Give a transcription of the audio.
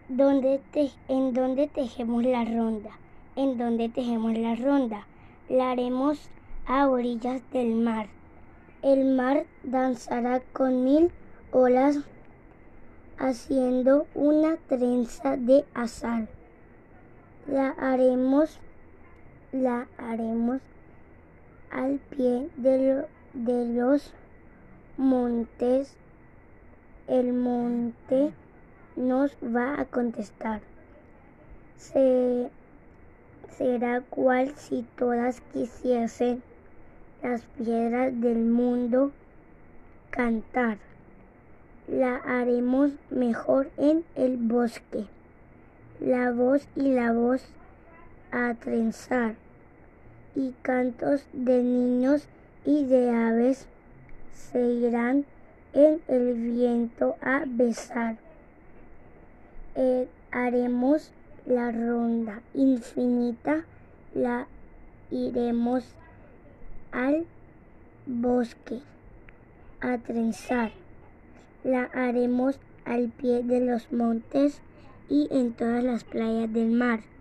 ¿En dónde tejemos la ronda? ¿En dónde tejemos la ronda? La haremos a orillas del mar. El mar danzará con 1000 olas haciendo una trenza de azar. La haremos al pie de los montes. El monte nos va a contestar. Será cual si todas quisiesen las piedras del mundo cantar. La haremos mejor en el bosque. La voz a trenzar, y cantos de niños y de aves se irán en el viento a besar. Haremos la ronda infinita, la iremos al bosque a trenzar, la haremos al pie de los montes y en todas las playas del mar.